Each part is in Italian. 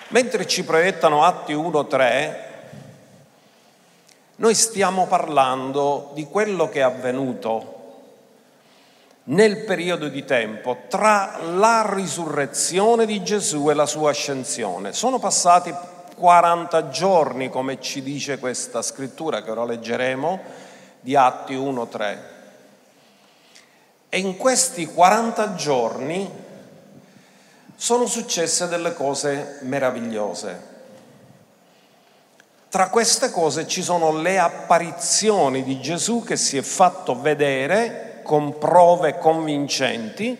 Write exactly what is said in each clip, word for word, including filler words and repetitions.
Mentre ci proiettano Atti uno tre, noi stiamo parlando di quello che è avvenuto nel periodo di tempo tra la risurrezione di Gesù e la sua ascensione. Sono passati quaranta giorni, come ci dice questa scrittura che ora leggeremo, di Atti uno tre. E in questi quaranta giorni sono successe delle cose meravigliose. Tra queste cose ci sono le apparizioni di Gesù che si è fatto vedere con prove convincenti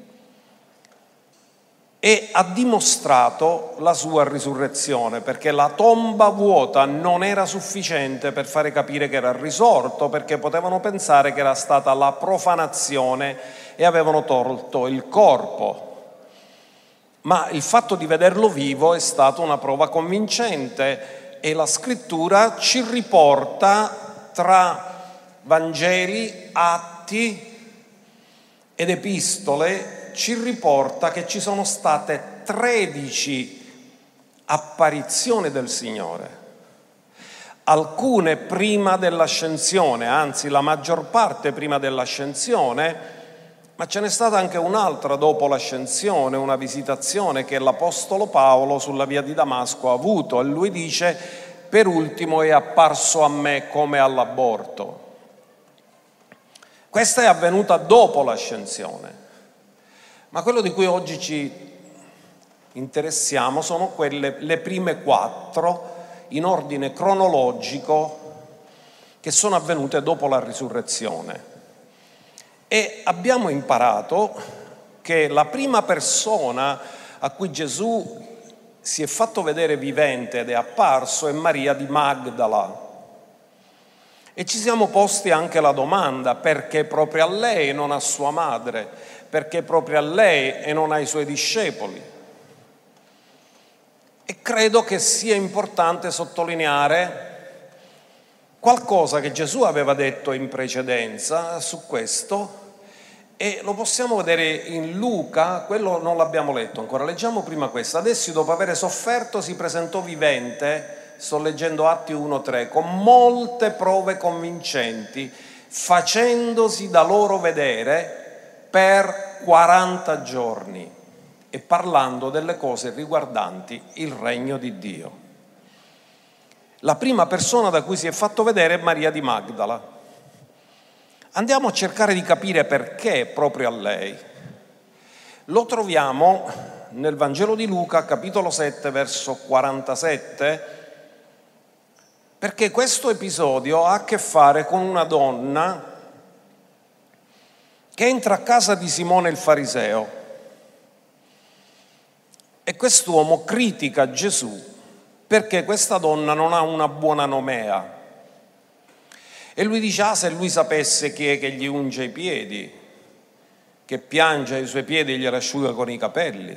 e ha dimostrato la sua risurrezione, perché la tomba vuota non era sufficiente per fare capire che era risorto, perché potevano pensare che era stata la profanazione e avevano tolto il corpo. Ma il fatto di vederlo vivo è stata una prova convincente e la scrittura ci riporta tra Vangeli, Atti ed Epistole, ci riporta che ci sono state tredici apparizioni del Signore, alcune prima dell'ascensione, anzi la maggior parte prima dell'ascensione, ma ce n'è stata anche un'altra dopo l'ascensione, una visitazione che l'Apostolo Paolo sulla via di Damasco ha avuto, e lui dice: per ultimo è apparso a me come all'aborto. Questa è avvenuta dopo l'ascensione, ma quello di cui oggi ci interessiamo sono quelle, le prime quattro in ordine cronologico, che sono avvenute dopo la risurrezione. E abbiamo imparato che la prima persona a cui Gesù si è fatto vedere vivente ed è apparso è Maria di Magdala. E ci siamo posti anche la domanda: perché proprio a lei e non a sua madre? Perché proprio a lei e non ai suoi discepoli? E credo che sia importante sottolineare qualcosa che Gesù aveva detto in precedenza su questo, e lo possiamo vedere in Luca. Quello non l'abbiamo letto ancora, leggiamo prima questo. Adesso, dopo aver sofferto, si presentò vivente, sto leggendo Atti uno tre, con molte prove convincenti, facendosi da loro vedere per quaranta giorni e parlando delle cose riguardanti il regno di Dio. La prima persona da cui si è fatto vedere è Maria di Magdala. Andiamo a cercare di capire perché proprio a lei. Lo troviamo nel Vangelo di Luca, capitolo sette, verso quarantasette, perché questo episodio ha a che fare con una donna che entra a casa di Simone il fariseo, e quest'uomo critica Gesù perché questa donna non ha una buona nomea. E lui dice: ah, se lui sapesse chi è che gli unge i piedi, che piange ai suoi piedi e glieli asciuga con i capelli.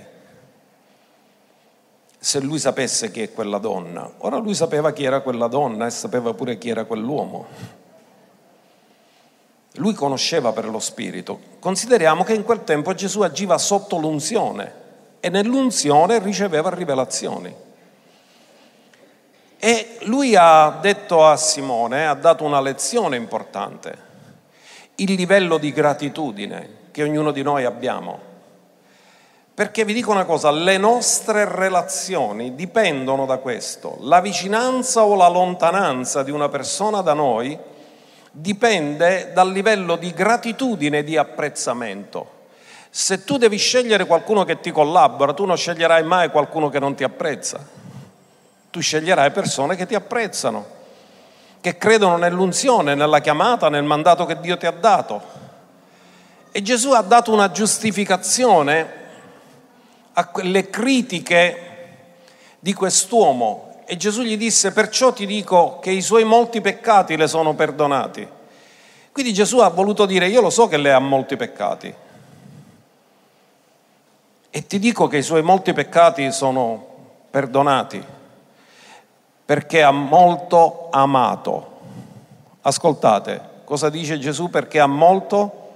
Se lui sapesse chi è quella donna. Ora lui sapeva chi era quella donna e sapeva pure chi era quell'uomo. Lui conosceva per lo spirito. Consideriamo che in quel tempo Gesù agiva sotto l'unzione e nell'unzione riceveva rivelazioni. E lui ha detto a Simone, ha dato una lezione importante: il livello di gratitudine che ognuno di noi abbiamo. Perché vi dico una cosa, le nostre relazioni dipendono da questo. La vicinanza o la lontananza di una persona da noi dipende dal livello di gratitudine e di apprezzamento. Se tu devi scegliere qualcuno che ti collabora, tu non sceglierai mai qualcuno che non ti apprezza. Tu sceglierai persone che ti apprezzano, che credono nell'unzione, nella chiamata, nel mandato che Dio ti ha dato. E Gesù ha dato una giustificazione a quelle critiche di quest'uomo. E Gesù gli disse: perciò ti dico che i suoi molti peccati le sono perdonati. Quindi Gesù ha voluto dire: io lo so che lei ha molti peccati, e ti dico che i suoi molti peccati sono perdonati perché ha molto amato. Ascoltate, cosa dice Gesù? Perché ha molto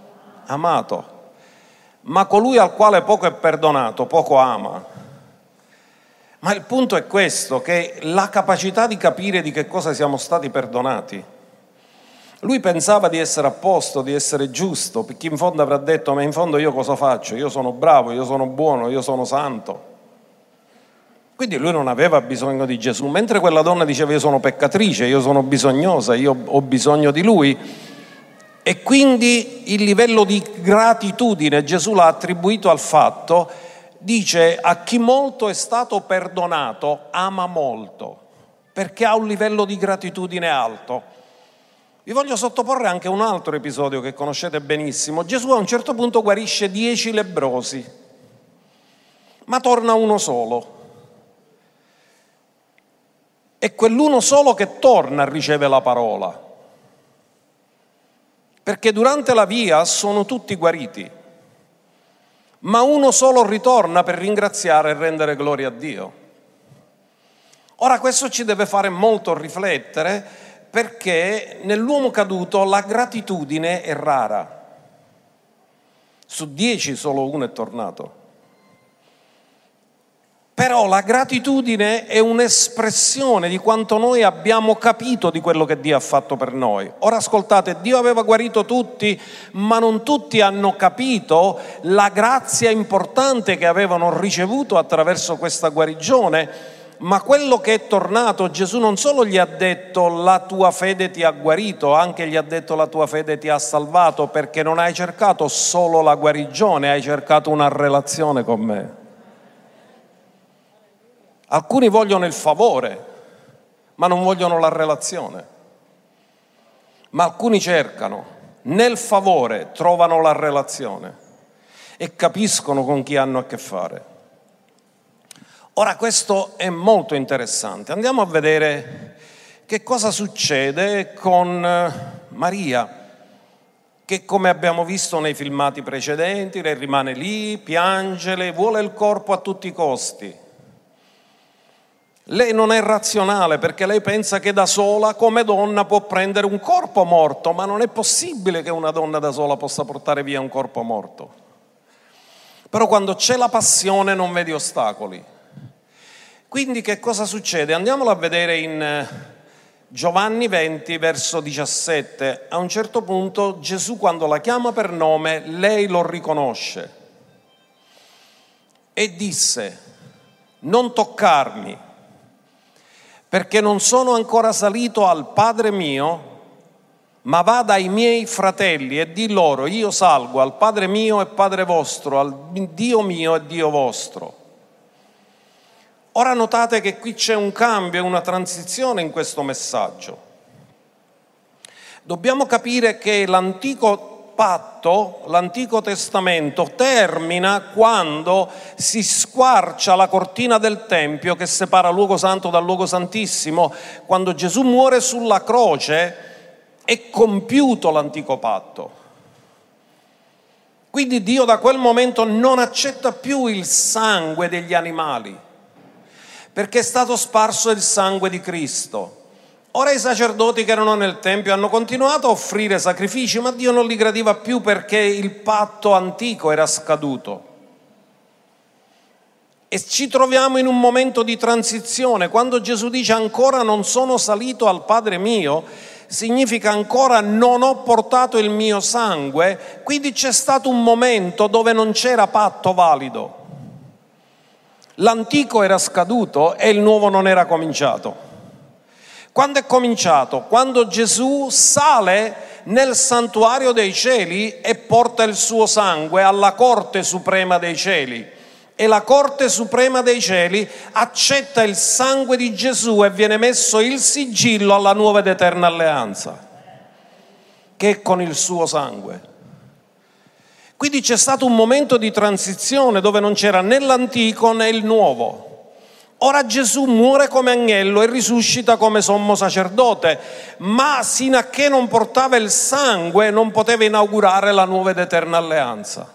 amato. Ma colui al quale poco è perdonato, poco ama. Ma il punto è questo, che la capacità di capire di che cosa siamo stati perdonati. Lui pensava di essere a posto, di essere giusto, perché in fondo avrà detto: ma in fondo io cosa faccio? Io sono bravo, io sono buono, io sono santo. Quindi lui non aveva bisogno di Gesù, mentre quella donna diceva: io sono peccatrice, io sono bisognosa, io ho bisogno di lui. E quindi il livello di gratitudine Gesù l'ha attribuito al fatto, dice: a chi molto è stato perdonato ama molto, perché ha un livello di gratitudine alto. Vi voglio sottoporre anche un altro episodio che conoscete benissimo. Gesù a un certo punto guarisce dieci lebbrosi, ma torna uno solo. E quell'uno solo che torna riceve la parola, perché durante la via sono tutti guariti, ma uno solo ritorna per ringraziare e rendere gloria a Dio. Ora questo ci deve fare molto riflettere, perché nell'uomo caduto la gratitudine è rara. Su dieci solo uno è tornato. Però la gratitudine è un'espressione di quanto noi abbiamo capito di quello che Dio ha fatto per noi. Ora ascoltate, Dio aveva guarito tutti, ma non tutti hanno capito la grazia importante che avevano ricevuto attraverso questa guarigione. Ma quello che è tornato, Gesù non solo gli ha detto: la tua fede ti ha guarito, anche gli ha detto: la tua fede ti ha salvato, perché non hai cercato solo la guarigione, hai cercato una relazione con me. Alcuni vogliono il favore, ma non vogliono la relazione. Ma alcuni cercano, nel favore trovano la relazione e capiscono con chi hanno a che fare. Ora questo è molto interessante. Andiamo a vedere che cosa succede con Maria, che come abbiamo visto nei filmati precedenti, lei rimane lì, piange, lei vuole il corpo a tutti i costi. Lei non è razionale, perché lei pensa che da sola, come donna, può prendere un corpo morto, ma non è possibile che una donna da sola possa portare via un corpo morto. Però quando c'è la passione non vedi ostacoli. Quindi che cosa succede? Andiamolo a vedere in Giovanni venti, verso diciassette. A un certo punto Gesù, quando la chiama per nome, lei lo riconosce e disse: non toccarmi, perché non sono ancora salito al Padre mio, ma vada ai miei fratelli e di loro: io salgo al Padre mio e Padre vostro, al Dio mio e Dio vostro. Ora notate che qui c'è un cambio, una transizione in questo messaggio. Dobbiamo capire che l'antico patto, l'Antico Testamento, termina quando si squarcia la cortina del Tempio che separa il luogo santo dal luogo santissimo. Quando Gesù muore sulla croce è compiuto l'antico patto. Quindi Dio da quel momento non accetta più il sangue degli animali, perché è stato sparso il sangue di Cristo. Ora i sacerdoti che erano nel Tempio hanno continuato a offrire sacrifici, ma Dio non li gradiva più perché il patto antico era scaduto. E ci troviamo in un momento di transizione. Quando Gesù dice ancora non sono salito al Padre mio, significa ancora non ho portato il mio sangue. Quindi c'è stato un momento dove non c'era patto valido. L'antico era scaduto e il nuovo non era cominciato. Quando è cominciato? Quando Gesù sale nel santuario dei cieli e porta il suo sangue alla corte suprema dei cieli. E la corte suprema dei cieli accetta il sangue di Gesù e viene messo il sigillo alla nuova ed eterna alleanza, che è con il suo sangue. Quindi c'è stato un momento di transizione dove non c'era né l'antico né il nuovo. Ora Gesù muore come agnello e risuscita come sommo sacerdote, ma sino a che non portava il sangue non poteva inaugurare la nuova ed eterna alleanza.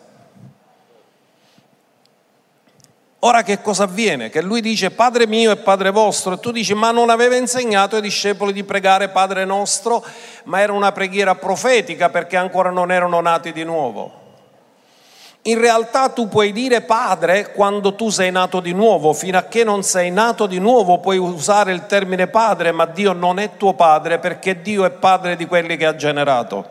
Ora che cosa avviene? Che lui dice Padre mio e Padre vostro, e tu dici ma non aveva insegnato ai discepoli di pregare Padre nostro, ma era una preghiera profetica perché ancora non erano nati di nuovo. In realtà tu puoi dire padre quando tu sei nato di nuovo, fino a che non sei nato di nuovo puoi usare il termine padre, ma Dio non è tuo padre perché Dio è padre di quelli che ha generato.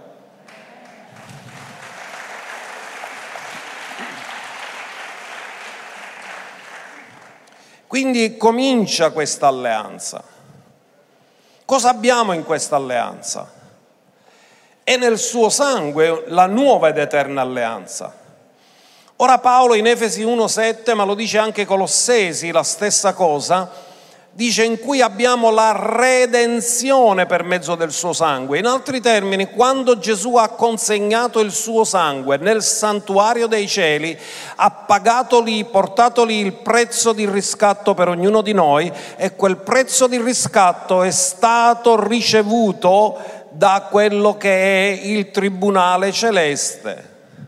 Quindi comincia questa alleanza. Cosa abbiamo in questa alleanza? È nel suo sangue la nuova ed eterna alleanza. Ora Paolo in Efesi uno sette, ma lo dice anche Colossesi, la stessa cosa, dice in cui abbiamo la redenzione per mezzo del suo sangue. In altri termini, quando Gesù ha consegnato il suo sangue nel santuario dei cieli, ha pagato lì, portato lì il prezzo di riscatto per ognuno di noi, e quel prezzo di riscatto è stato ricevuto da quello che è il tribunale celeste.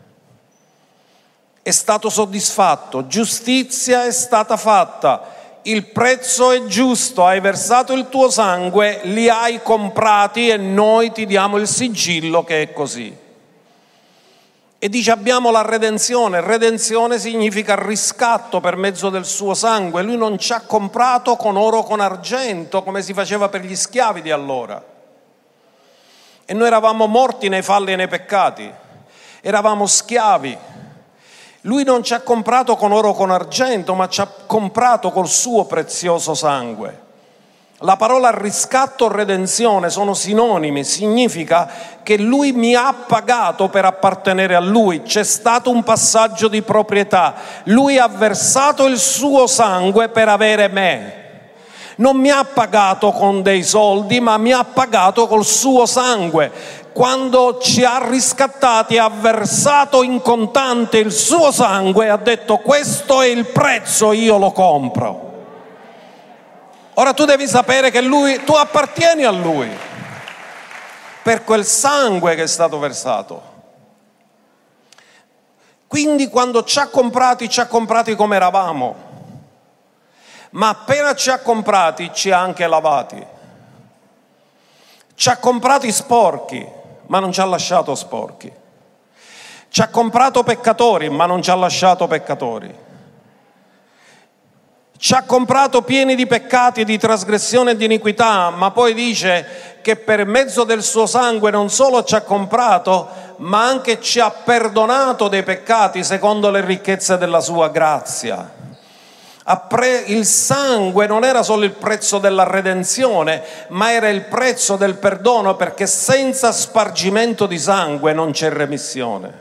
È stato soddisfatto, giustizia è stata fatta, il prezzo è giusto, hai versato il tuo sangue, li hai comprati e noi ti diamo il sigillo che è così. E dice abbiamo la redenzione, redenzione significa riscatto per mezzo del suo sangue, lui non ci ha comprato con oro o con argento come si faceva per gli schiavi di allora. E noi eravamo morti nei falli e nei peccati, eravamo schiavi. Lui non ci ha comprato con oro o con argento, ma ci ha comprato col suo prezioso sangue. La parola riscatto o redenzione sono sinonimi, significa che lui mi ha pagato per appartenere a lui, c'è stato un passaggio di proprietà, lui ha versato il suo sangue per avere me. Non mi ha pagato con dei soldi, ma mi ha pagato col suo sangue. Quando ci ha riscattati ha versato in contante il suo sangue e ha detto questo è il prezzo, io lo compro. Ora tu devi sapere che lui, tu appartieni a lui per quel sangue che è stato versato. Quindi quando ci ha comprati, ci ha comprati come eravamo, ma appena ci ha comprati ci ha anche lavati. Ci ha comprati sporchi, ma non ci ha lasciato sporchi. Ci ha comprato peccatori, ma non ci ha lasciato peccatori. Ci ha comprato pieni di peccati, di trasgressione e di iniquità, ma poi dice che per mezzo del suo sangue non solo ci ha comprato, ma anche ci ha perdonato dei peccati secondo le ricchezze della sua grazia. Il sangue non era solo il prezzo della redenzione, ma era il prezzo del perdono, perché senza spargimento di sangue non c'è remissione.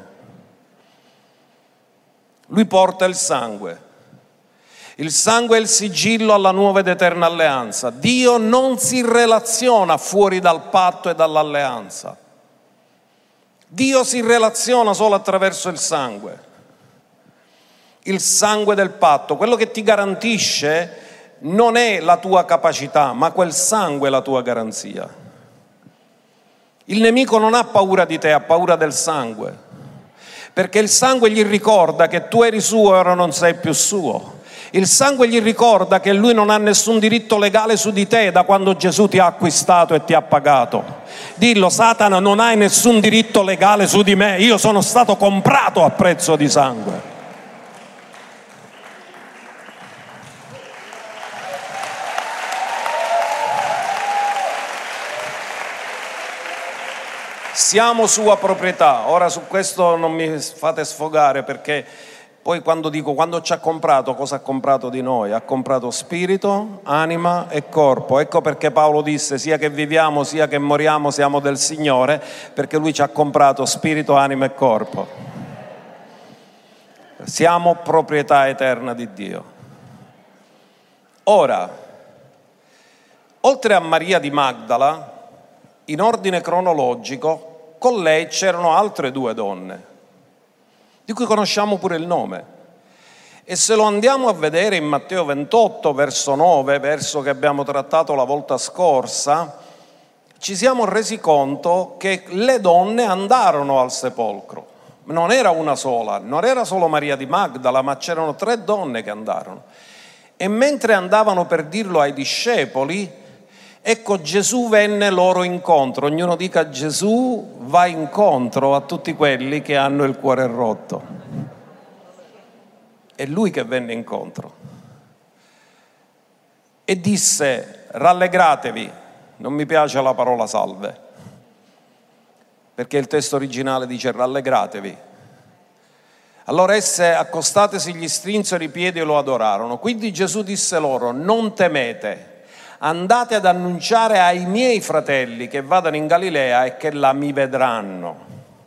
Lui porta il sangue. Il sangue è il sigillo alla nuova ed eterna alleanza. Dio non si relaziona fuori dal patto e dall'alleanza. Dio si relaziona solo attraverso il sangue. Il sangue del patto, quello che ti garantisce non è la tua capacità, ma quel sangue è la tua garanzia. Il nemico non ha paura di te, ha paura del sangue, perché il sangue gli ricorda che tu eri suo e ora non sei più suo. Il sangue gli ricorda che lui non ha nessun diritto legale su di te da quando Gesù ti ha acquistato e ti ha pagato. Dillo: Satana, non hai nessun diritto legale su di me, io sono stato comprato a prezzo di sangue. Siamo sua proprietà. Ora su questo non mi fate sfogare, perché poi quando dico quando ci ha comprato, cosa ha comprato di noi? Ha comprato spirito, anima e corpo. Ecco perché Paolo disse sia che viviamo sia che moriamo siamo del Signore, perché lui ci ha comprato spirito, anima e corpo. Siamo proprietà eterna di Dio. Ora, oltre a Maria di Magdala, in ordine cronologico, con lei c'erano altre due donne, di cui conosciamo pure il nome. E se lo andiamo a vedere in Matteo ventotto, verso nove, verso che abbiamo trattato la volta scorsa, ci siamo resi conto che le donne andarono al sepolcro. Non era una sola, non era solo Maria di Magdala, ma c'erano tre donne che andarono. E mentre andavano per dirlo ai discepoli, ecco, Gesù venne loro incontro. Ognuno dica: Gesù va incontro a tutti quelli che hanno il cuore rotto. È lui che venne incontro e disse: rallegratevi. Non mi piace la parola salve, perché il testo originale dice rallegratevi. Allora esse, accostatesi, gli strinsero i piedi e lo adorarono. Quindi Gesù disse loro: non temete, andate ad annunciare ai miei fratelli che vadano in Galilea e che là mi vedranno.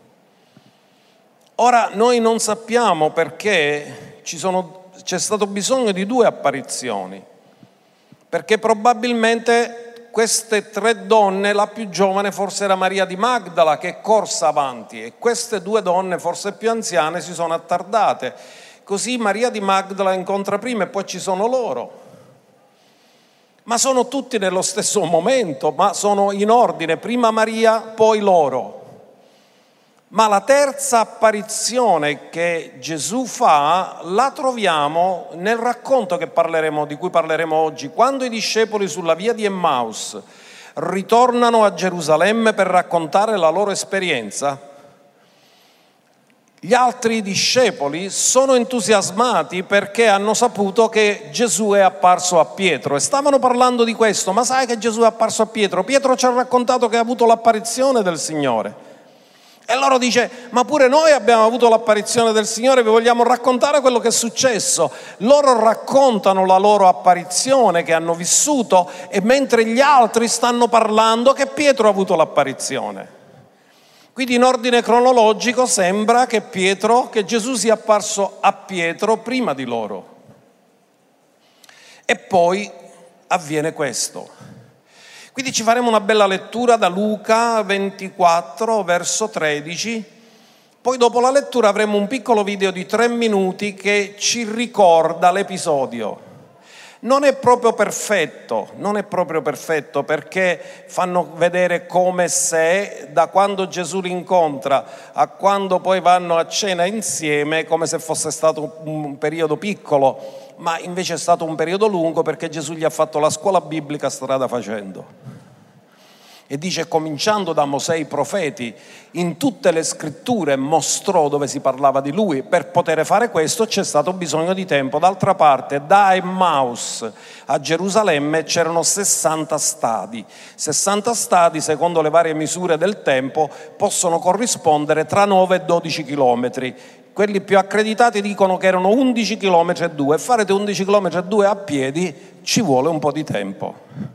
Ora noi non sappiamo perché ci sono, c'è stato bisogno di due apparizioni, perché probabilmente queste tre donne, la più giovane forse era Maria di Magdala, che è corsa avanti, e queste due donne forse più anziane si sono attardate. Così Maria di Magdala incontra prima e poi ci sono loro. Ma sono tutti nello stesso momento, ma sono in ordine, prima Maria, poi loro. Ma la terza apparizione che Gesù fa la troviamo nel racconto che parleremo, di cui parleremo oggi, quando i discepoli sulla via di Emmaus ritornano a Gerusalemme per raccontare la loro esperienza. Gli altri discepoli sono entusiasmati perché hanno saputo che Gesù è apparso a Pietro e stavano parlando di questo. Ma sai che Gesù è apparso a Pietro? Pietro ci ha raccontato che ha avuto l'apparizione del Signore. E loro dice: ma pure noi abbiamo avuto l'apparizione del Signore, vi vogliamo raccontare quello che è successo. Loro raccontano la loro apparizione che hanno vissuto, e mentre gli altri stanno parlando che Pietro ha avuto l'apparizione. Quindi in ordine cronologico sembra che Pietro, che Gesù sia apparso a Pietro prima di loro. E poi avviene questo. Quindi ci faremo una bella lettura da Luca ventiquattro, verso tredici. Poi dopo la lettura avremo un piccolo video di tre minuti che ci ricorda l'episodio. Non è proprio perfetto, non è proprio perfetto perché fanno vedere come se da quando Gesù li incontra a quando poi vanno a cena insieme, come se fosse stato un periodo piccolo, ma invece è stato un periodo lungo perché Gesù gli ha fatto la scuola biblica strada facendo. E dice: cominciando da Mosè e i profeti, in tutte le scritture mostrò dove si parlava di lui. Per poter fare questo c'è stato bisogno di tempo. D'altra parte, da Emmaus a Gerusalemme c'erano sessanta stadi. sessanta stadi, secondo le varie misure del tempo, possono corrispondere tra nove e dodici chilometri. Quelli più accreditati dicono che erano undici chilometri e due. Farete undici chilometri e due a piedi ci vuole un po' di tempo.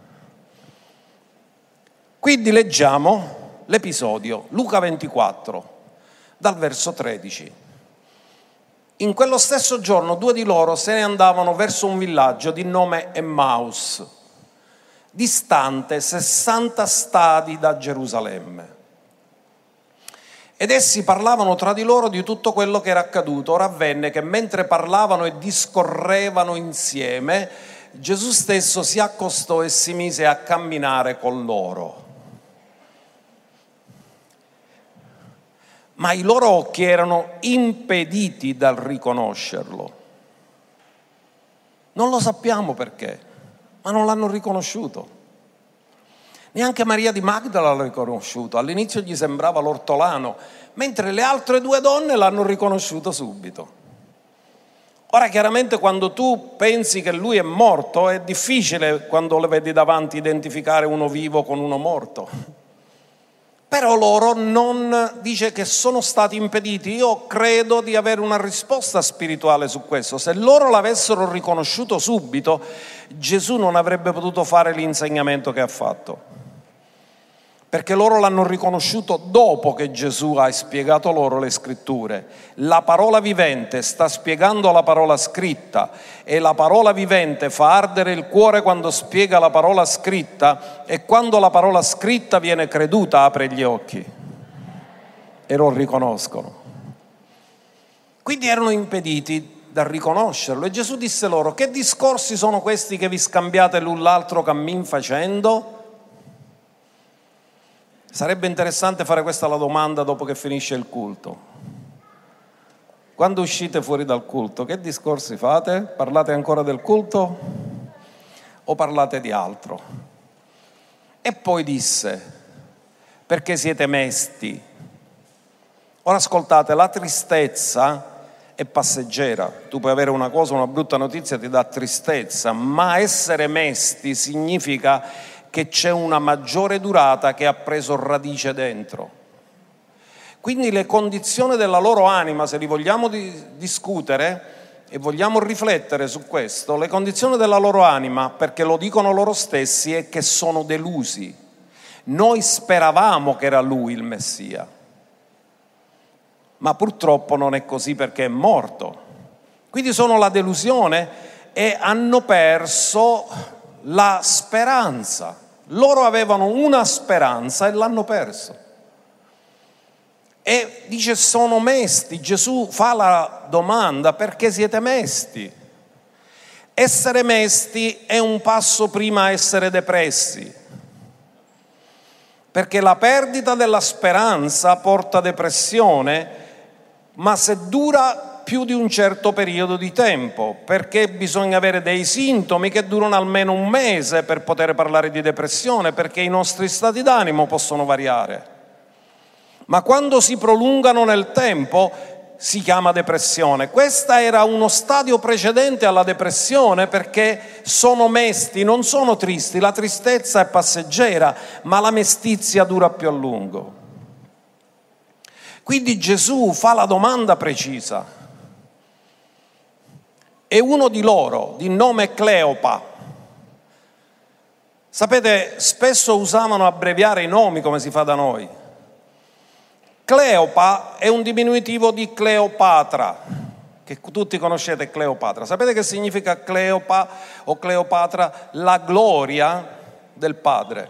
Quindi leggiamo l'episodio, Luca ventiquattro, dal verso tredici. In quello stesso giorno due di loro se ne andavano verso un villaggio di nome Emmaus, distante sessanta stadi da Gerusalemme. Ed essi parlavano tra di loro di tutto quello che era accaduto. Ora avvenne che mentre parlavano e discorrevano insieme, Gesù stesso si accostò e si mise a camminare con loro. Ma i loro occhi erano impediti dal riconoscerlo. Non lo sappiamo perché, ma non l'hanno riconosciuto. Neanche Maria di Magdala l'ha riconosciuto. All'inizio gli sembrava l'ortolano, mentre le altre due donne l'hanno riconosciuto subito. Ora chiaramente quando tu pensi che lui è morto, è difficile quando lo vedi davanti identificare uno vivo con uno morto. Però loro non, dice che sono stati impediti. Io credo di avere una risposta spirituale su questo. Se loro l'avessero riconosciuto subito, Gesù non avrebbe potuto fare l'insegnamento che ha fatto. Perché loro l'hanno riconosciuto dopo che Gesù ha spiegato loro le scritture. La parola vivente sta spiegando la parola scritta e la parola vivente fa ardere il cuore quando spiega la parola scritta, e quando la parola scritta viene creduta apre gli occhi e lo riconoscono. Quindi erano impediti dal riconoscerlo, e Gesù disse loro: che discorsi sono questi che vi scambiate l'un l'altro cammin facendo? Sarebbe interessante fare questa la domanda dopo che finisce il culto. Quando uscite fuori dal culto, che discorsi fate? Parlate ancora del culto o parlate di altro? E poi disse: perché siete mesti? Ora ascoltate, la tristezza è è passeggera. Tu puoi avere una cosa, una brutta notizia, ti dà tristezza, ma essere mesti significa che c'è una maggiore durata che ha preso radice dentro. Quindi le condizioni della loro anima, se li vogliamo di- discutere e vogliamo riflettere su questo, le condizioni della loro anima, perché lo dicono loro stessi, è che sono delusi. Noi speravamo che era Lui il Messia, ma purtroppo non è così perché è morto. Quindi sono la delusione e hanno perso la speranza. Loro avevano una speranza e l'hanno persa. E dice sono mesti. Gesù fa la domanda: perché siete mesti? Essere mesti è un passo prima a essere depressi, perché la perdita della speranza porta a depressione, ma se dura più di un certo periodo di tempo, perché bisogna avere dei sintomi che durano almeno un mese per poter parlare di depressione, perché i nostri stati d'animo possono variare. Ma quando si prolungano nel tempo si chiama depressione. Questo era uno stadio precedente alla depressione, perché sono mesti, non sono tristi. La tristezza è passeggera, ma la mestizia dura più a lungo. Quindi Gesù fa la domanda precisa. E uno di loro, di nome Cleopa, sapete, spesso usavano abbreviare i nomi come si fa da noi. Cleopa è un diminutivo di Cleopatra, che tutti conoscete Cleopatra. Sapete che significa Cleopa o Cleopatra? La gloria del padre.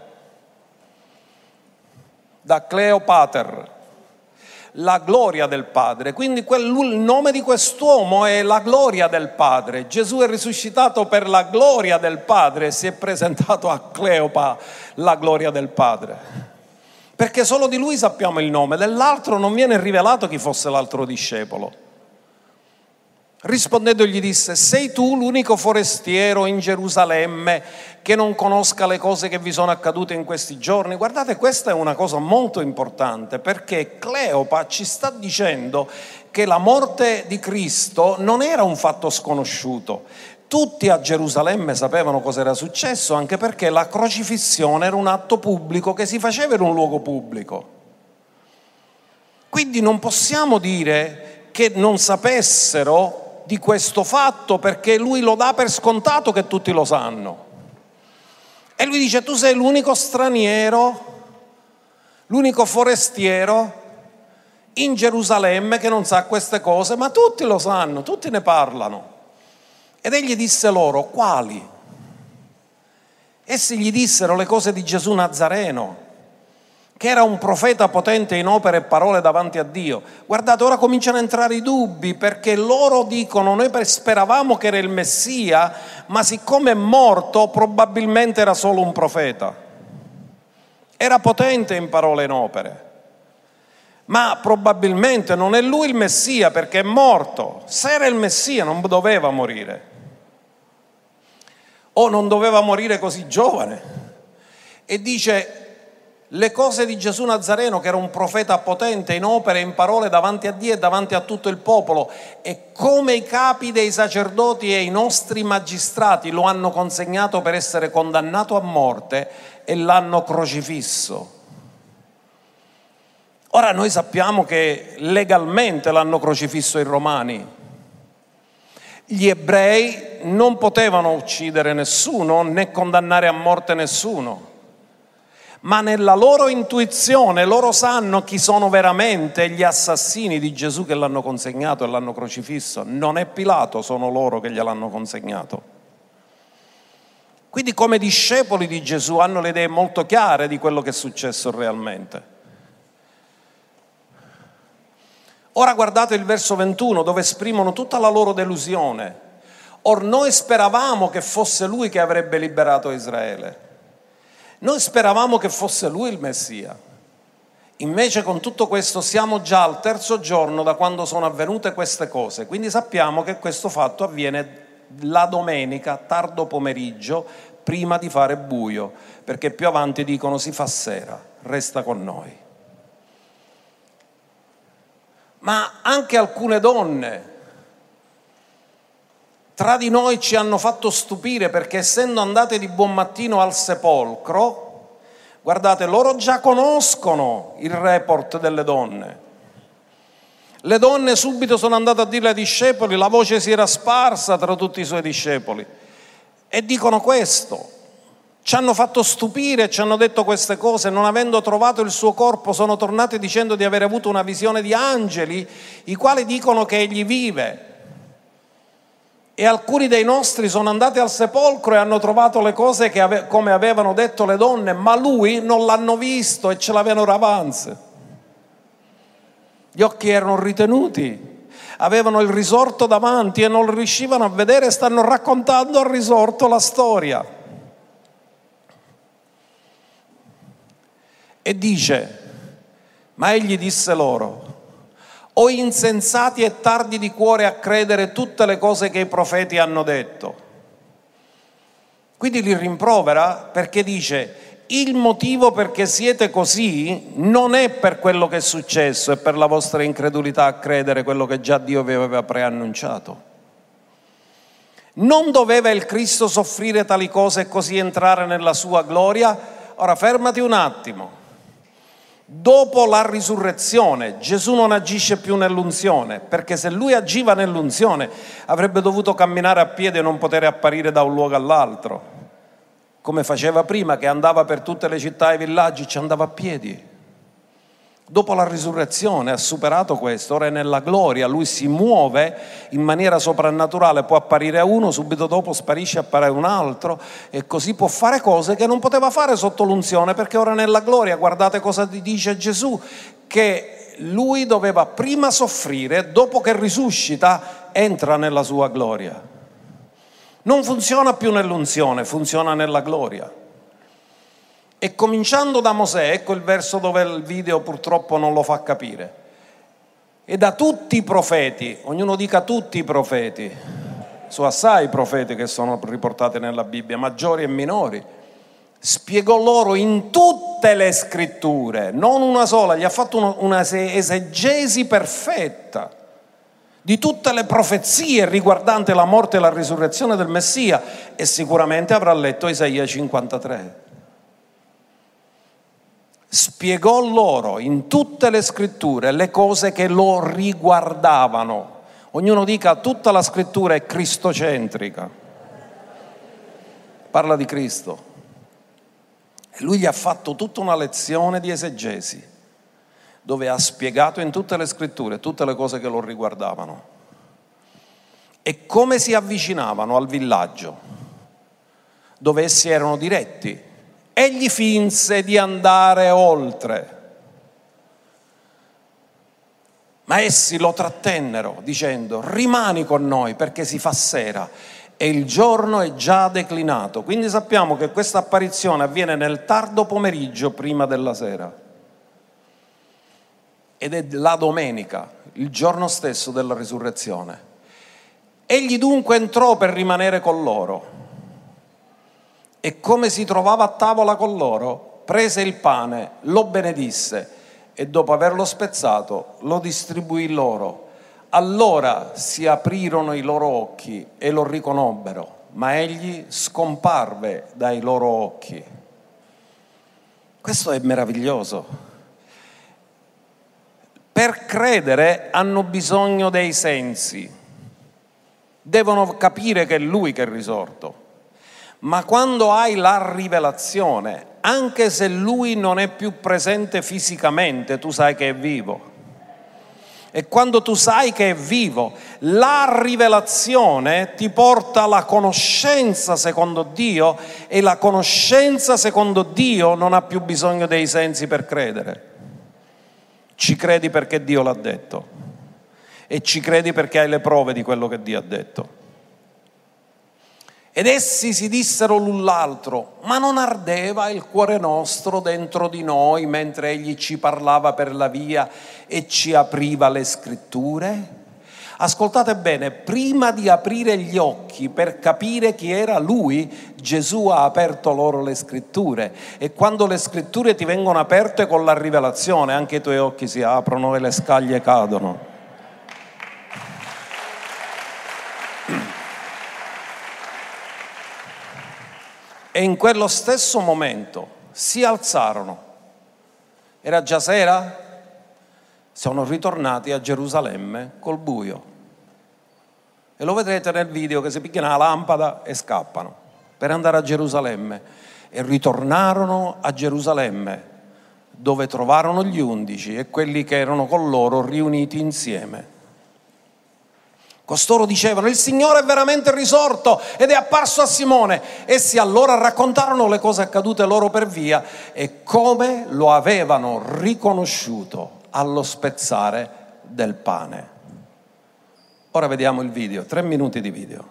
Da Cleopater, la gloria del padre. Quindi quel, il nome di quest'uomo è la gloria del padre. Gesù è risuscitato per la gloria del padre e si è presentato a Cleopa, la gloria del padre. Perché solo di lui sappiamo il nome, dell'altro non viene rivelato chi fosse l'altro discepolo. Rispondendo gli disse: sei tu l'unico forestiero in Gerusalemme che non conosca le cose che vi sono accadute in questi giorni? Guardate, questa è una cosa molto importante, perché Cleopa ci sta dicendo che la morte di Cristo non era un fatto sconosciuto. Tutti a Gerusalemme sapevano cosa era successo, anche perché la crocifissione era un atto pubblico che si faceva in un luogo pubblico. Quindi non possiamo dire che non sapessero di questo fatto, perché lui lo dà per scontato che tutti lo sanno. E lui dice: tu sei l'unico straniero, l'unico forestiero in Gerusalemme che non sa queste cose, ma tutti lo sanno, tutti ne parlano. Ed egli disse loro: quali? Essi gli dissero le cose di Gesù Nazareno, che era un profeta potente in opere e parole davanti a Dio. Guardate, ora cominciano a entrare i dubbi, perché loro dicono: noi speravamo che era il Messia, ma siccome è morto probabilmente era solo un profeta. Era potente in parole e in opere, ma probabilmente non è lui il Messia perché è morto. Se era il Messia non doveva morire, o non doveva morire così giovane. E dice le cose di Gesù Nazareno, che era un profeta potente in opere e in parole davanti a Dio e davanti a tutto il popolo, e come i capi dei sacerdoti e i nostri magistrati lo hanno consegnato per essere condannato a morte e l'hanno crocifisso. Ora noi sappiamo che legalmente l'hanno crocifisso i romani. Gli ebrei non potevano uccidere nessuno né condannare a morte nessuno, ma nella loro intuizione loro sanno chi sono veramente gli assassini di Gesù che l'hanno consegnato e l'hanno crocifisso. Non è Pilato, sono loro che gliel'hanno consegnato. Quindi come discepoli di Gesù hanno le idee molto chiare di quello che è successo realmente. Ora guardate il verso ventuno, dove esprimono tutta la loro delusione. Or noi speravamo che fosse lui che avrebbe liberato Israele. Noi speravamo che fosse lui il Messia. Invece con tutto questo siamo già al terzo giorno da quando sono avvenute queste cose. Quindi sappiamo che questo fatto avviene la domenica, tardo pomeriggio, prima di fare buio, perché più avanti dicono si fa sera, resta con noi. Ma anche alcune donne tra di noi ci hanno fatto stupire perché essendo andate di buon mattino al sepolcro, guardate, loro già conoscono il report delle donne. Le donne subito sono andate a dire ai discepoli, la voce si era sparsa tra tutti i suoi discepoli e dicono questo. Ci hanno fatto stupire, ci hanno detto queste cose, non avendo trovato il suo corpo sono tornati dicendo di aver avuto una visione di angeli, i quali dicono che egli vive. E alcuni dei nostri sono andati al sepolcro e hanno trovato le cose che ave- come avevano detto le donne, ma lui non l'hanno visto e ce l'avevano davanti. Gli occhi erano ritenuti, avevano il risorto davanti e non riuscivano a vedere, stanno raccontando al risorto la storia. E dice, ma egli disse loro, o insensati e tardi di cuore a credere tutte le cose che i profeti hanno detto. Quindi li rimprovera perché dice, il motivo perché siete così non è per quello che è successo, è per la vostra incredulità a credere quello che già Dio vi aveva preannunciato. Non doveva il Cristo soffrire tali cose e così entrare nella sua gloria? Ora fermati un attimo. Dopo la risurrezione Gesù non agisce più nell'unzione, perché se lui agiva nell'unzione avrebbe dovuto camminare a piedi e non poter apparire da un luogo all'altro, come faceva prima, che andava per tutte le città e i villaggi, ci andava a piedi. Dopo la risurrezione ha superato questo, ora è nella gloria, lui si muove in maniera soprannaturale, può apparire a uno, subito dopo sparisce e appare a un altro e così può fare cose che non poteva fare sotto l'unzione perché ora è nella gloria. Guardate cosa dice Gesù, che lui doveva prima soffrire, dopo che risuscita entra nella sua gloria. Non funziona più nell'unzione, funziona nella gloria. E cominciando da Mosè, ecco il verso dove il video purtroppo non lo fa capire, e da tutti i profeti, ognuno dica tutti i profeti, sono assai i profeti che sono riportati nella Bibbia, maggiori e minori, spiegò loro in tutte le scritture, non una sola, gli ha fatto uno, una esegesi perfetta di tutte le profezie riguardanti la morte e la risurrezione del Messia, e sicuramente avrà letto Isaia cinquantatré. Spiegò loro in tutte le scritture le cose che lo riguardavano. Ognuno dica, tutta la scrittura è cristocentrica, parla di Cristo. E lui gli ha fatto tutta una lezione di esegesi, dove ha spiegato in tutte le scritture tutte le cose che lo riguardavano e come si avvicinavano al villaggio dove essi erano diretti. Egli finse di andare oltre, ma essi lo trattennero dicendo, rimani con noi perché si fa sera e il giorno è già declinato. Quindi sappiamo che questa apparizione avviene nel tardo pomeriggio prima della sera ed è la domenica, il giorno stesso della risurrezione. Egli dunque entrò per rimanere con loro. E come si trovava a tavola con loro, prese il pane, lo benedisse e dopo averlo spezzato lo distribuì loro. Allora si aprirono i loro occhi e lo riconobbero, ma egli scomparve dai loro occhi. Questo è meraviglioso. Per credere hanno bisogno dei sensi, devono capire che è lui che è risorto. Ma quando hai la rivelazione, anche se lui non è più presente fisicamente, tu sai che è vivo. E quando tu sai che è vivo, la rivelazione ti porta alla conoscenza secondo Dio, e la conoscenza secondo Dio non ha più bisogno dei sensi per credere. Ci credi perché Dio l'ha detto e ci credi perché hai le prove di quello che Dio ha detto. Ed essi si dissero l'un l'altro, ma non ardeva il cuore nostro dentro di noi mentre egli ci parlava per la via e ci apriva le scritture? Ascoltate bene, prima di aprire gli occhi per capire chi era lui, Gesù ha aperto loro le scritture, e quando le scritture ti vengono aperte con la rivelazione, anche i tuoi occhi si aprono e le scaglie cadono. E in quello stesso momento si alzarono. Era già sera, sono ritornati a Gerusalemme col buio. E lo vedrete nel video che si picchiano la lampada e scappano per andare a Gerusalemme. E ritornarono a Gerusalemme, dove trovarono gli undici e quelli che erano con loro riuniti insieme. Costoro dicevano: il Signore è veramente risorto ed è apparso a Simone. Essi allora raccontarono le cose accadute loro per via e come lo avevano riconosciuto allo spezzare del pane. Ora vediamo il video, tre minuti di video.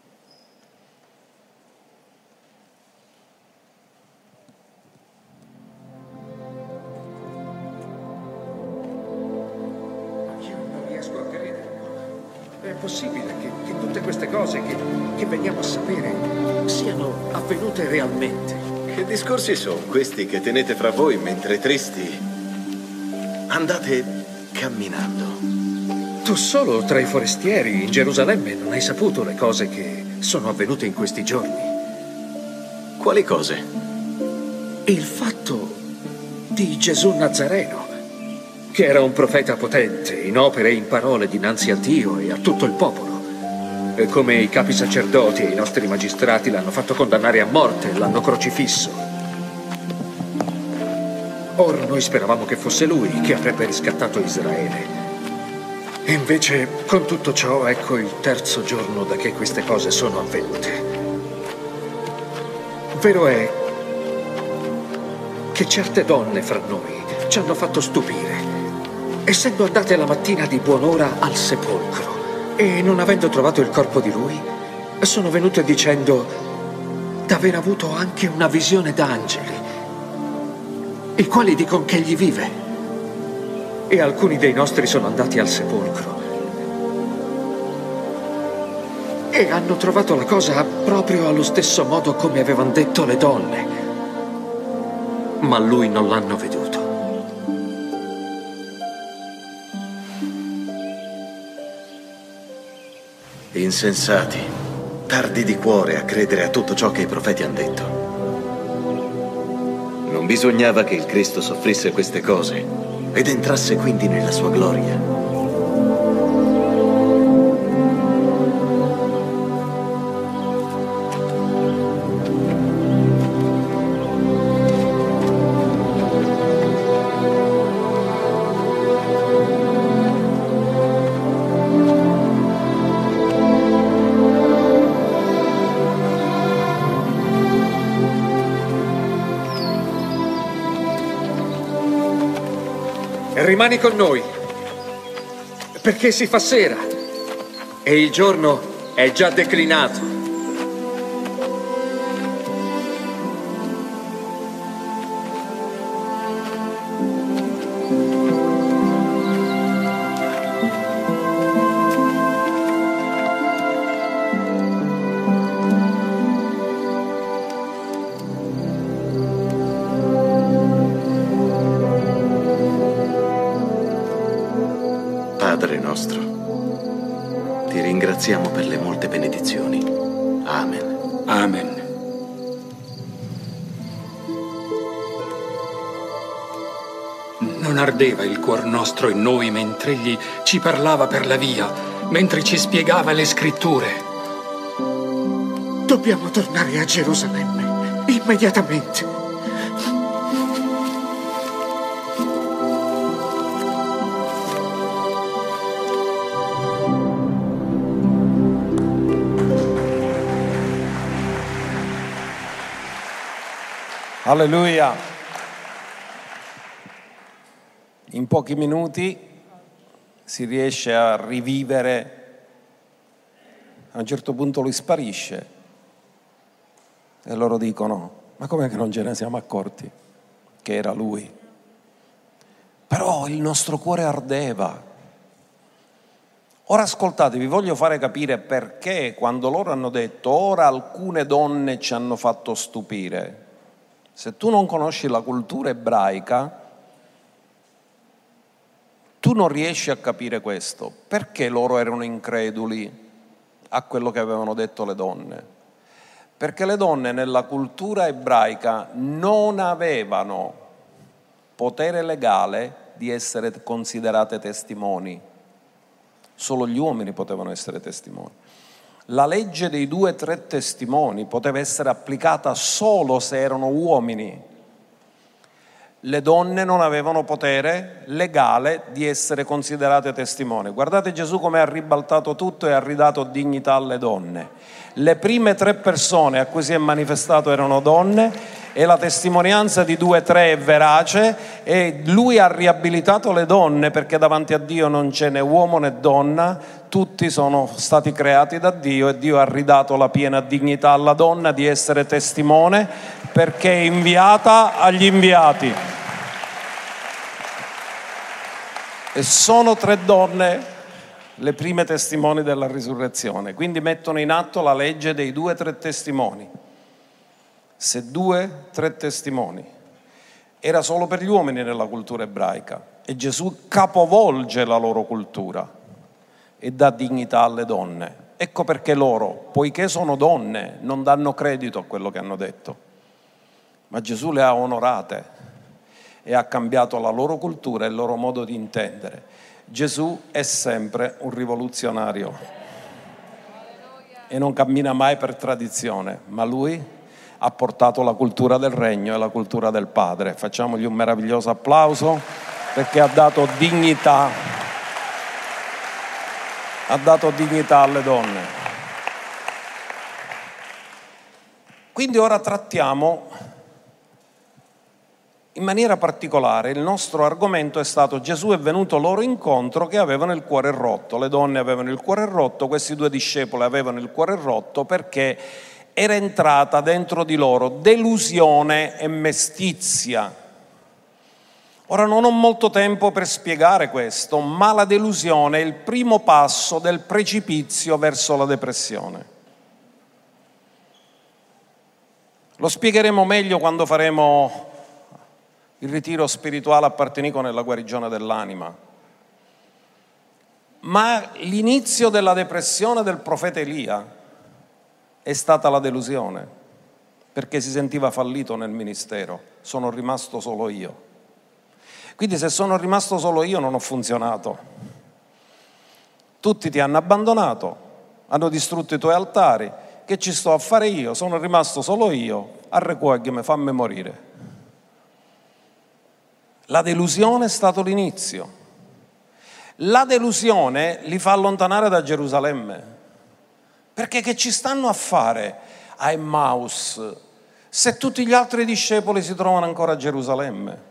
È possibile che, che tutte queste cose che, che veniamo a sapere siano avvenute realmente? Che discorsi sono questi che tenete fra voi mentre tristi andate camminando? Tu solo tra i forestieri in Gerusalemme non hai saputo le cose che sono avvenute in questi giorni. Quali cose? Il fatto di Gesù Nazareno, che era un profeta potente, in opere e in parole dinanzi a Dio e a tutto il popolo. E come i capi sacerdoti e i nostri magistrati l'hanno fatto condannare a morte e l'hanno crocifisso. Ora noi speravamo che fosse lui che avrebbe riscattato Israele. E invece, con tutto ciò, ecco il terzo giorno da che queste cose sono avvenute. Vero è che certe donne fra noi ci hanno fatto stupire, essendo andate la mattina di buon'ora al sepolcro e non avendo trovato il corpo di lui, sono venute dicendo d'aver avuto anche una visione d'angeli, i quali dicono che egli vive. E alcuni dei nostri sono andati al sepolcro e hanno trovato la cosa proprio allo stesso modo come avevano detto le donne, ma lui non l'hanno veduto. Insensati, tardi di cuore a credere a tutto ciò che i profeti hanno detto. Non bisognava che il Cristo soffrisse queste cose ed entrasse quindi nella sua gloria. Rimani con noi, perché si fa sera e il giorno è già declinato. Padre nostro, ti ringraziamo per le molte benedizioni. Amen. Amen. Non ardeva il cuor nostro in noi mentre egli ci parlava per la via, mentre ci spiegava le scritture. Dobbiamo tornare a Gerusalemme immediatamente. Alleluia. In pochi minuti si riesce a rivivere, a un certo punto lui sparisce e loro dicono: ma com'è che non ce ne siamo accorti che era lui? Però il nostro cuore ardeva. Ora ascoltate, vi voglio fare capire perché quando loro hanno detto ora alcune donne ci hanno fatto stupire. Se tu non conosci la cultura ebraica, tu non riesci a capire questo. Perché loro erano increduli a quello che avevano detto le donne? Perché le donne nella cultura ebraica non avevano potere legale di essere considerate testimoni. Solo gli uomini potevano essere testimoni. La legge dei due o tre testimoni poteva essere applicata solo se erano uomini. Le donne non avevano potere legale di essere considerate testimoni. Guardate Gesù come ha ribaltato tutto e ha ridato dignità alle donne. Le prime tre persone a cui si è manifestato erano donne e la testimonianza di due o tre è verace, e lui ha riabilitato le donne perché davanti a Dio non c'è né uomo né donna, tutti sono stati creati da Dio, e Dio ha ridato la piena dignità alla donna di essere testimone perché è inviata agli inviati. E sono tre donne le prime testimoni della risurrezione, quindi mettono in atto la legge dei due o tre testimoni. Se due, tre testimoni. Era solo per gli uomini nella cultura ebraica, e Gesù capovolge la loro cultura e dà dignità alle donne. Ecco perché loro, poiché sono donne, non danno credito a quello che hanno detto, ma Gesù le ha onorate e ha cambiato la loro cultura e il loro modo di intendere. Gesù è sempre un rivoluzionario e non cammina mai per tradizione, ma lui ha portato la cultura del regno e la cultura del Padre. Facciamogli un meraviglioso applauso, perché ha dato dignità, ha dato dignità alle donne. Quindi ora trattiamo in maniera particolare, il nostro argomento è stato: Gesù è venuto loro incontro che avevano il cuore rotto. Le donne avevano il cuore rotto, questi due discepoli avevano il cuore rotto perché era entrata dentro di loro delusione e mestizia. Ora non ho molto tempo per spiegare questo, ma la delusione è il primo passo del precipizio verso la depressione. Lo spiegheremo meglio quando faremo il ritiro spirituale a Partinico nella guarigione dell'anima. Ma l'inizio della depressione del profeta Elia è stata la delusione, perché si sentiva fallito nel ministero. Sono rimasto solo io. Quindi se sono rimasto solo io non ho funzionato. Tutti ti hanno abbandonato, hanno distrutto i tuoi altari. Che ci sto a fare io? Sono rimasto solo io. Arrecuoglimi, fammi morire. La delusione è stato l'inizio. La delusione li fa allontanare da Gerusalemme. Perché che ci stanno a fare a Emmaus se tutti gli altri discepoli si trovano ancora a Gerusalemme?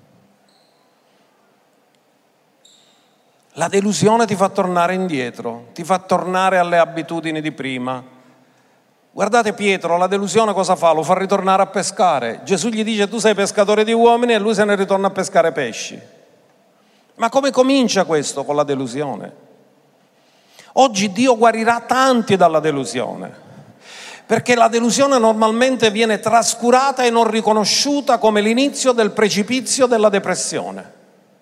La delusione ti fa tornare indietro, ti fa tornare alle abitudini di prima. Guardate Pietro, la delusione cosa fa? Lo fa ritornare a pescare. Gesù gli dice: tu sei pescatore di uomini, e lui se ne ritorna a pescare pesci. Ma come comincia questo? Con la delusione. Oggi Dio guarirà tanti dalla delusione, perché la delusione normalmente viene trascurata e non riconosciuta come l'inizio del precipizio della depressione.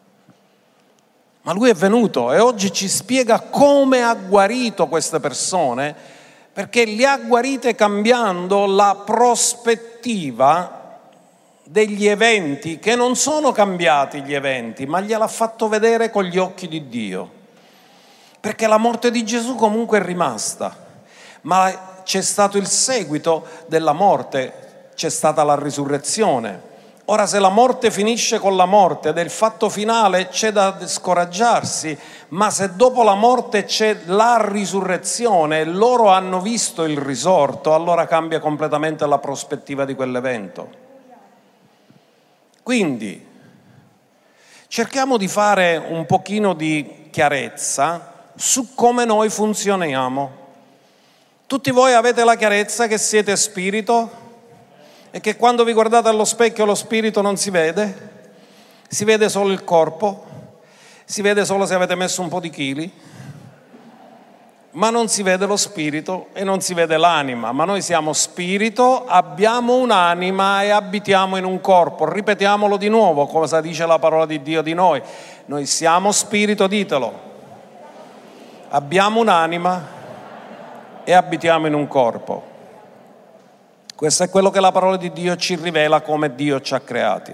Ma lui è venuto e oggi ci spiega come ha guarito queste persone, perché le ha guarite cambiando la prospettiva degli eventi, che non sono cambiati gli eventi, ma gliel'ha fatto vedere con gli occhi di Dio. Perché la morte di Gesù comunque è rimasta, ma c'è stato il seguito della morte, c'è stata la risurrezione. Ora, se la morte finisce con la morte ed è il fatto finale, c'è da scoraggiarsi, ma se dopo la morte c'è la risurrezione e loro hanno visto il risorto, allora cambia completamente la prospettiva di quell'evento. Quindi cerchiamo di fare un pochino di chiarezza su come noi funzioniamo. Tutti voi avete la chiarezza che siete spirito e che quando vi guardate allo specchio lo spirito non si vede, si vede solo il corpo, si vede solo se avete messo un po' di chili, ma non si vede lo spirito e non si vede l'anima. Ma noi siamo spirito, abbiamo un'anima e abitiamo in un corpo. Ripetiamolo di nuovo, cosa dice la parola di Dio di noi. Noi siamo spirito, ditelo. Abbiamo un'anima e abitiamo in un corpo. Questo è quello che la parola di Dio ci rivela come Dio ci ha creati.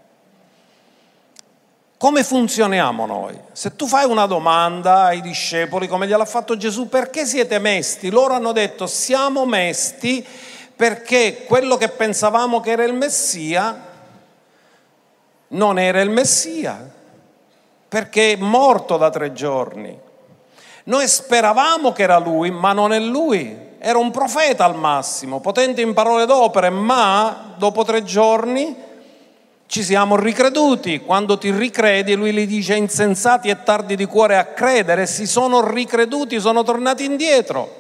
Come funzioniamo noi? Se tu fai una domanda ai discepoli, come gliel'ha fatto Gesù, perché siete mesti? Loro hanno detto siamo mesti perché quello che pensavamo che era il Messia non era il Messia, perché è morto da tre giorni. Noi speravamo che era lui, ma non è lui. Era un profeta al massimo, potente in parole d'opere, ma dopo tre giorni ci siamo ricreduti. Quando ti ricredi, lui gli dice insensati e tardi di cuore a credere, si sono ricreduti, sono tornati indietro.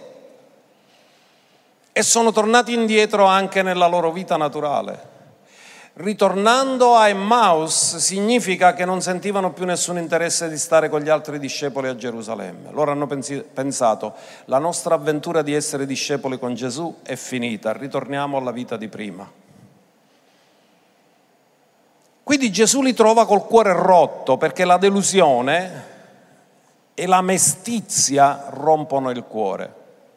E sono tornati indietro anche nella loro vita naturale. Ritornando a Emmaus significa che non sentivano più nessun interesse di stare con gli altri discepoli a Gerusalemme. Loro hanno pensi- pensato, la nostra avventura di essere discepoli con Gesù è finita, ritorniamo alla vita di prima. Quindi Gesù li trova col cuore rotto, perché la delusione e la mestizia rompono il cuore.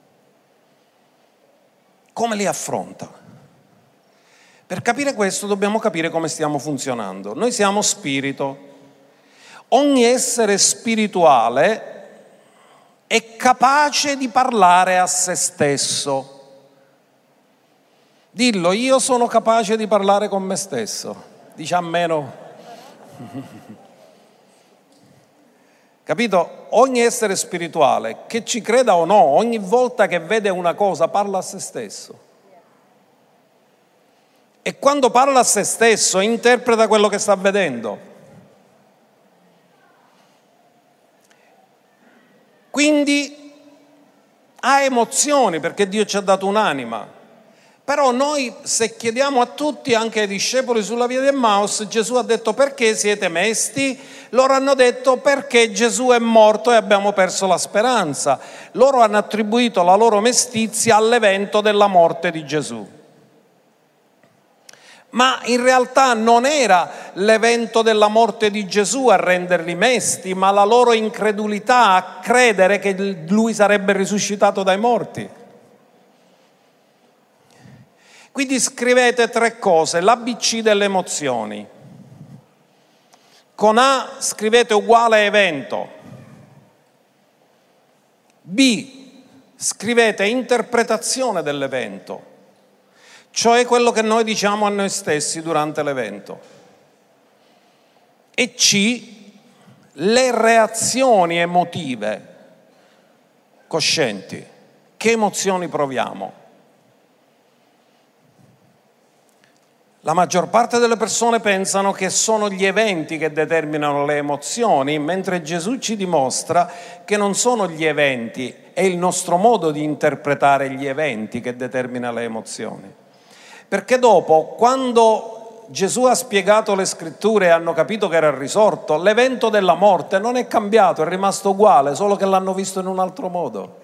Come li affronta? Per capire questo dobbiamo capire come stiamo funzionando. Noi siamo spirito. Ogni essere spirituale è capace di parlare a se stesso. Dillo, io sono capace di parlare con me stesso. Dice a meno. Capito? Ogni essere spirituale, che ci creda o no, ogni volta che vede una cosa parla a se stesso. E quando parla a se stesso interpreta quello che sta vedendo. Quindi ha emozioni, perché Dio ci ha dato un'anima. Però noi, se chiediamo a tutti, anche ai discepoli sulla via di Emmaus, Gesù ha detto perché siete mesti? Loro hanno detto perché Gesù è morto e abbiamo perso la speranza. Loro hanno attribuito la loro mestizia all'evento della morte di Gesù. Ma in realtà non era l'evento della morte di Gesù a renderli mesti, ma la loro incredulità a credere che lui sarebbe risuscitato dai morti. Quindi scrivete tre cose, l'A B C delle emozioni. Con A scrivete uguale evento. B scrivete interpretazione dell'evento, cioè quello che noi diciamo a noi stessi durante l'evento. E C le reazioni emotive coscienti. Che emozioni proviamo? La maggior parte delle persone pensano che sono gli eventi che determinano le emozioni, mentre Gesù ci dimostra che non sono gli eventi, è il nostro modo di interpretare gli eventi che determina le emozioni. Perché dopo, quando Gesù ha spiegato le scritture e hanno capito che era risorto, l'evento della morte non è cambiato, è rimasto uguale, solo che l'hanno visto in un altro modo.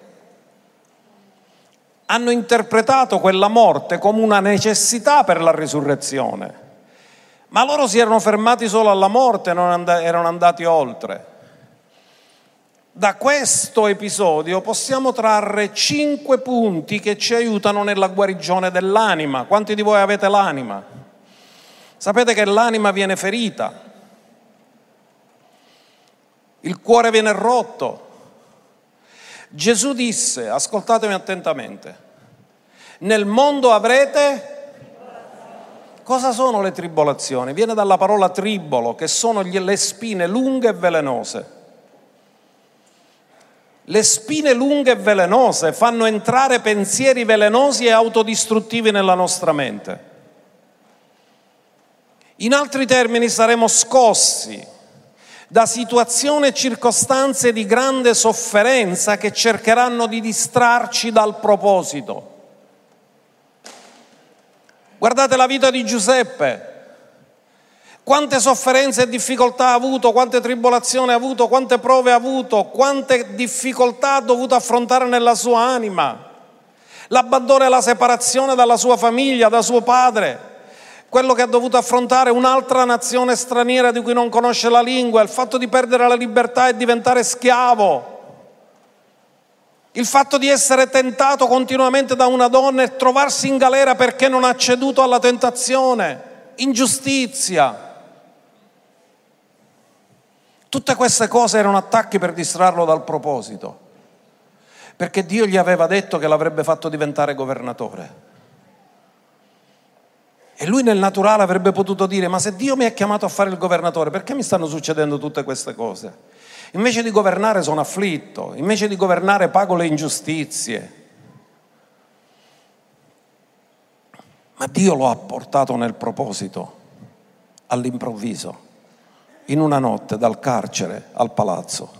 Hanno interpretato quella morte come una necessità per la risurrezione, ma loro si erano fermati solo alla morte, non and- erano andati oltre. Da questo episodio possiamo trarre cinque punti che ci aiutano nella guarigione dell'anima. Quanti di voi avete l'anima? Sapete che l'anima viene ferita, il cuore viene rotto. Gesù disse, ascoltatemi attentamente, nel mondo avrete... Cosa sono le tribolazioni? Viene dalla parola tribolo, che sono le spine lunghe e velenose. Le spine lunghe e velenose fanno entrare pensieri velenosi e autodistruttivi nella nostra mente. In altri termini, saremo scossi da situazioni e circostanze di grande sofferenza che cercheranno di distrarci dal proposito. Guardate la vita di Giuseppe. Quante sofferenze e difficoltà ha avuto, quante tribolazioni ha avuto, quante prove ha avuto, quante difficoltà ha dovuto affrontare nella sua anima. L'abbandono e la separazione dalla sua famiglia, da suo padre. Quello che ha dovuto affrontare un'altra nazione straniera di cui non conosce la lingua, il fatto di perdere la libertà e diventare schiavo. Il fatto di essere tentato continuamente da una donna e trovarsi in galera perché non ha ceduto alla tentazione, ingiustizia. Tutte queste cose erano attacchi per distrarlo dal proposito, perché Dio gli aveva detto che l'avrebbe fatto diventare governatore. E lui nel naturale avrebbe potuto dire: ma se Dio mi ha chiamato a fare il governatore, perché mi stanno succedendo tutte queste cose? Invece di governare sono afflitto, invece di governare pago le ingiustizie. Ma Dio lo ha portato nel proposito, all'improvviso, in una notte, dal carcere al palazzo.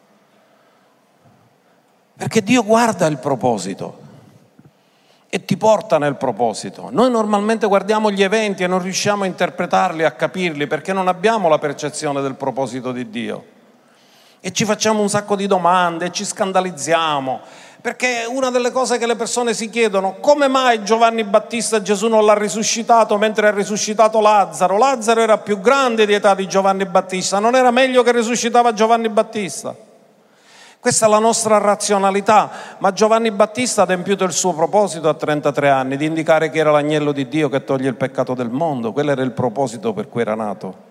Perché Dio guarda il proposito e ti porta nel proposito. Noi normalmente guardiamo gli eventi e non riusciamo a interpretarli, a capirli, perché non abbiamo la percezione del proposito di Dio. E ci facciamo un sacco di domande, e ci scandalizziamo, perché una delle cose che le persone si chiedono: come mai Giovanni Battista Gesù non l'ha risuscitato mentre ha risuscitato Lazzaro? Lazzaro era più grande di età di Giovanni Battista, non era meglio che risuscitava Giovanni Battista? Questa è la nostra razionalità, ma Giovanni Battista ha adempiuto il suo proposito a trentatré anni, di indicare che era l'agnello di Dio che toglie il peccato del mondo. Quello era il proposito per cui era nato.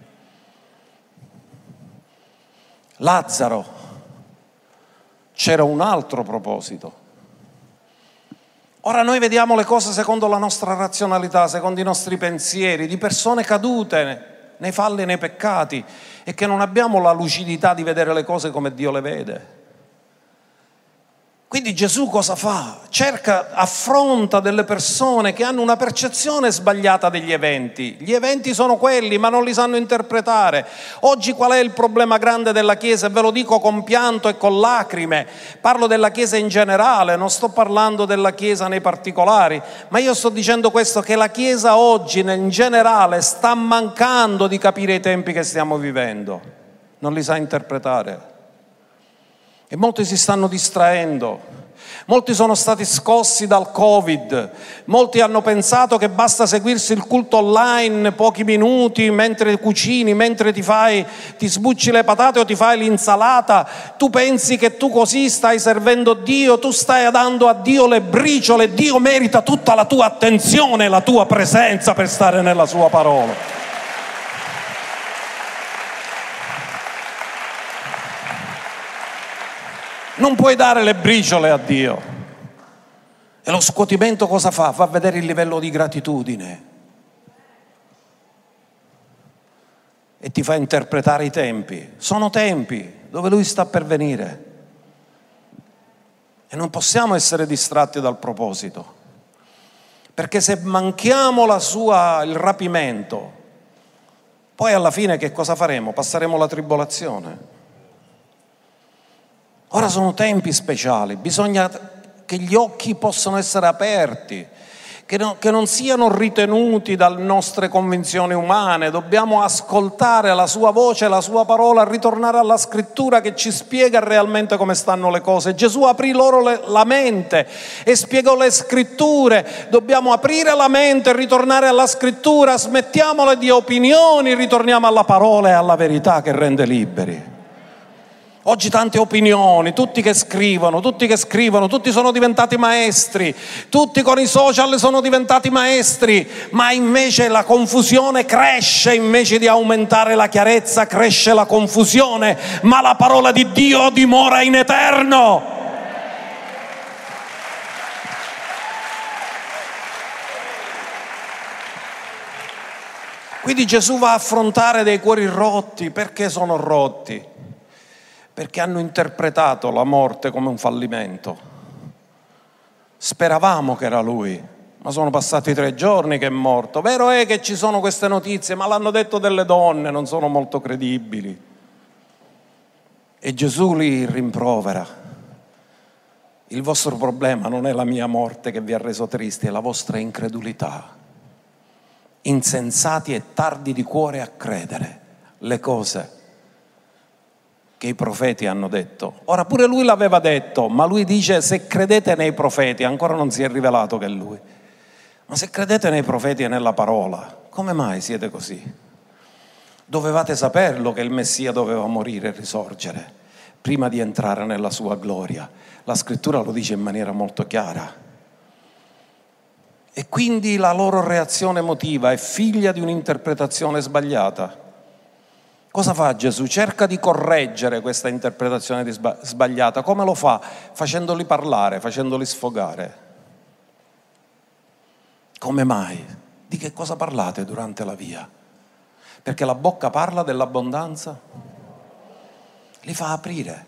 Lazzaro, c'era un altro proposito. Ora noi vediamo le cose secondo la nostra razionalità, secondo i nostri pensieri, di persone cadute nei falli e nei peccati, e che non abbiamo la lucidità di vedere le cose come Dio le vede. Quindi Gesù cosa fa? Cerca, affronta delle persone che hanno una percezione sbagliata degli eventi. Gli eventi sono quelli, ma non li sanno interpretare. Oggi qual è il problema grande della Chiesa? E ve lo dico con pianto e con lacrime. Parlo della Chiesa in generale, non sto parlando della Chiesa nei particolari, ma io sto dicendo questo, che la Chiesa oggi in generale sta mancando di capire i tempi che stiamo vivendo. Non li sa interpretare. E molti si stanno distraendo, molti sono stati scossi dal Covid, molti hanno pensato che basta seguirsi il culto online pochi minuti mentre cucini, mentre ti fai, ti sbucci le patate o ti fai l'insalata. Tu pensi che tu così stai servendo Dio, tu stai dando a Dio le briciole. Dio merita tutta la tua attenzione e la tua presenza per stare nella sua parola. Non puoi dare le briciole a Dio. E lo scuotimento cosa fa? Fa vedere il livello di gratitudine e ti fa interpretare i tempi. Sono tempi dove Lui sta per venire e non possiamo essere distratti dal proposito, perché se manchiamo la sua, il rapimento, poi alla fine che cosa faremo? Passeremo la tribolazione. Ora sono tempi speciali, bisogna che gli occhi possano essere aperti, che, no, che non siano ritenuti dalle nostre convinzioni umane. Dobbiamo ascoltare la sua voce, la sua parola, ritornare alla scrittura che ci spiega realmente come stanno le cose. Gesù aprì loro le, la mente e spiegò le scritture. Dobbiamo aprire la mente e ritornare alla scrittura, smettiamole di opinioni, ritorniamo alla parola e alla verità che rende liberi. Oggi tante opinioni, tutti che scrivono, tutti che scrivono, tutti sono diventati maestri, tutti con i social sono diventati maestri, ma invece la confusione cresce, invece di aumentare la chiarezza cresce la confusione, ma la parola di Dio dimora in eterno. Quindi Gesù va a affrontare dei cuori rotti. Perché sono rotti? Perché hanno interpretato la morte come un fallimento. Speravamo che era Lui, ma sono passati tre giorni che è morto. Vero è che ci sono queste notizie, ma l'hanno detto delle donne, non sono molto credibili. E Gesù li rimprovera. Il vostro problema non è la mia morte che vi ha reso tristi, è la vostra incredulità. Insensati e tardi di cuore a credere le cose che i profeti hanno detto. Ora pure lui l'aveva detto, ma lui dice: se credete nei profeti, ancora non si è rivelato che è lui, ma se credete nei profeti e nella parola, come mai siete così? Dovevate saperlo che il Messia doveva morire e risorgere, prima di entrare nella sua gloria. La scrittura lo dice in maniera molto chiara. E quindi la loro reazione emotiva è figlia di un'interpretazione sbagliata. Cosa fa Gesù? Cerca di correggere questa interpretazione sbagliata. Come lo fa? Facendoli parlare, facendoli sfogare. Come mai? Di che cosa parlate durante la via? Perché la bocca parla dell'abbondanza? Li fa aprire.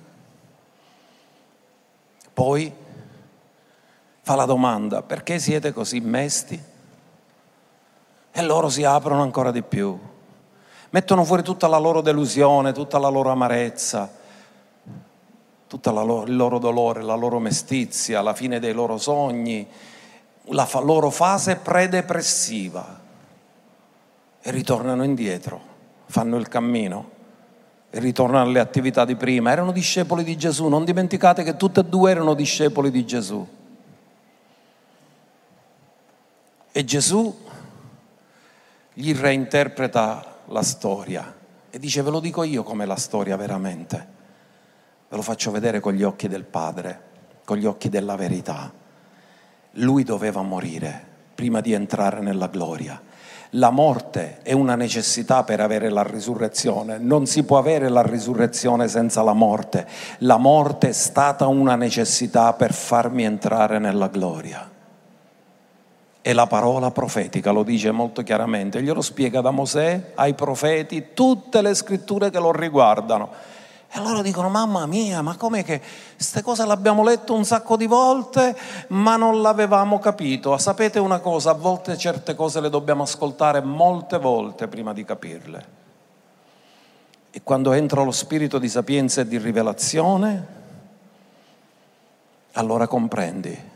Poi fa la domanda: perché siete così mesti? E loro si aprono ancora di più. Mettono fuori tutta la loro delusione, tutta la loro amarezza, tutto il loro dolore, la loro mestizia, la fine dei loro sogni, la fa- loro fase predepressiva, e ritornano indietro, fanno il cammino e ritornano alle attività di prima. Erano discepoli di Gesù, non dimenticate che tutti e due erano discepoli di Gesù. E Gesù gli reinterpreta la storia e dice: ve lo dico io com'è la storia veramente, ve lo faccio vedere con gli occhi del Padre, con gli occhi della verità. Lui doveva morire prima di entrare nella gloria. La morte è una necessità per avere la risurrezione. Non si può avere la risurrezione senza la morte. La morte è stata una necessità per farmi entrare nella gloria. E la parola profetica lo dice molto chiaramente, glielo spiega da Mosè ai profeti, tutte le scritture che lo riguardano. E loro dicono: mamma mia, ma com'è che queste cose le abbiamo lette un sacco di volte ma non l'avevamo capito? Sapete una cosa, a volte certe cose le dobbiamo ascoltare molte volte prima di capirle. E quando entra lo spirito di sapienza e di rivelazione, allora comprendi.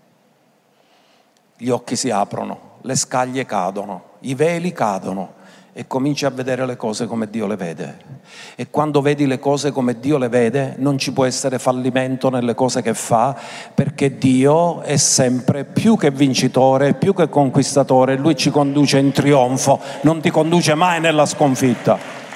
Gli occhi si aprono, le scaglie cadono, i veli cadono e cominci a vedere le cose come Dio le vede. E quando vedi le cose come Dio le vede, non ci può essere fallimento nelle cose che fa, perché Dio è sempre più che vincitore, più che conquistatore. Lui ci conduce in trionfo, non ti conduce mai nella sconfitta.